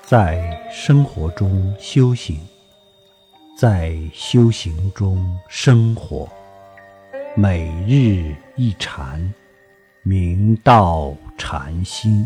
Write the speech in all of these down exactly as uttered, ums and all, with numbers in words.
在生活中修行，在修行中生活，每日一禅，明道禅心。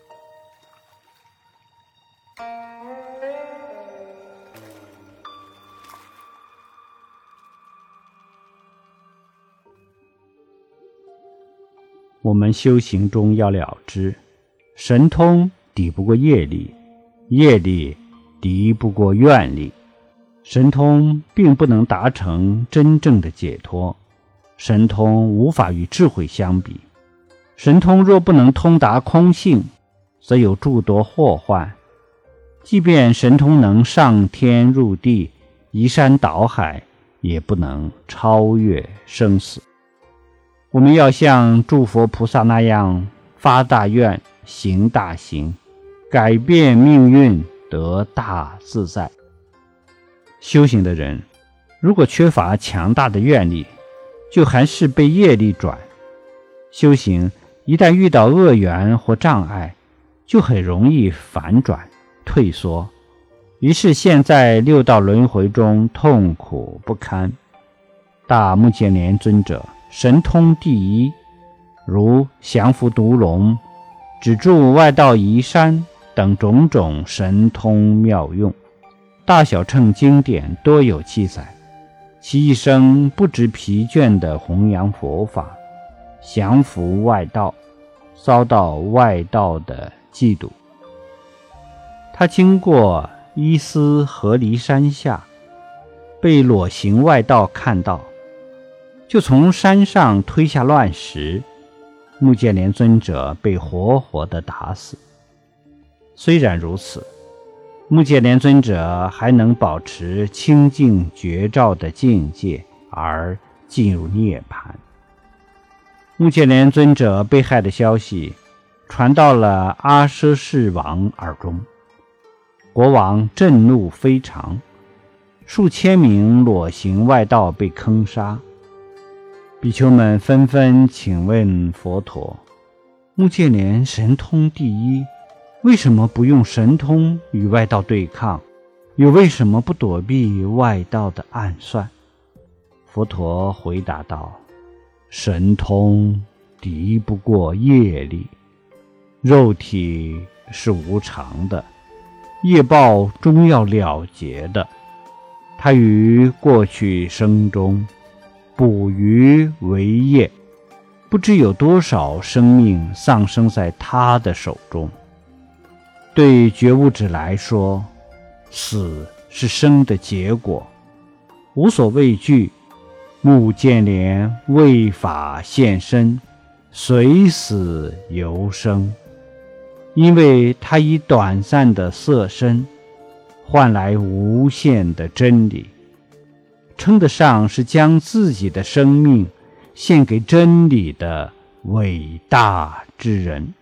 我们修行中要了知，神通抵不过业力，业力敌不过愿力。神通并不能达成真正的解脱，神通无法与智慧相比。神通若不能通达空性，则有诸多祸患。即便神通能上天入地，移山倒海，也不能超越生死。我们要像诸佛菩萨那样发大愿，行大行，改变命运，得大自在。修行的人如果缺乏强大的愿力，就还是被业力转。修行一旦遇到恶缘或障碍，就很容易反转退缩，于是陷在六道轮回中痛苦不堪。大目犍连尊者神通第一，如降伏毒龙、止住外道移山等种种神通妙用，大小乘经典多有记载。其一生不知疲倦地弘扬佛法，降伏外道，遭到外道的嫉妒。他经过伊斯合离山下，被裸行外道看到，就从山上推下乱石，目犍连尊者被活活地打死。虽然如此，目犍连尊者还能保持清净觉照的境界而进入涅槃。目犍连尊者被害的消息传到了阿奢示王耳中，国王震怒非常，数千名裸行外道被坑杀。比丘们纷纷请问佛陀，目犍连神通第一，为什么不用神通与外道对抗？又为什么不躲避外道的暗算？佛陀回答道，神通敌不过业力，肉体是无常的，业报终要了结的。他于过去生中捕鱼为业，不知有多少生命丧生在他的手中。对觉悟者来说，死是生的结果，无所畏惧。目犍连为法现身，随死犹生，因为他以短暂的色身换来无限的真理，称得上是将自己的生命献给真理的伟大之人。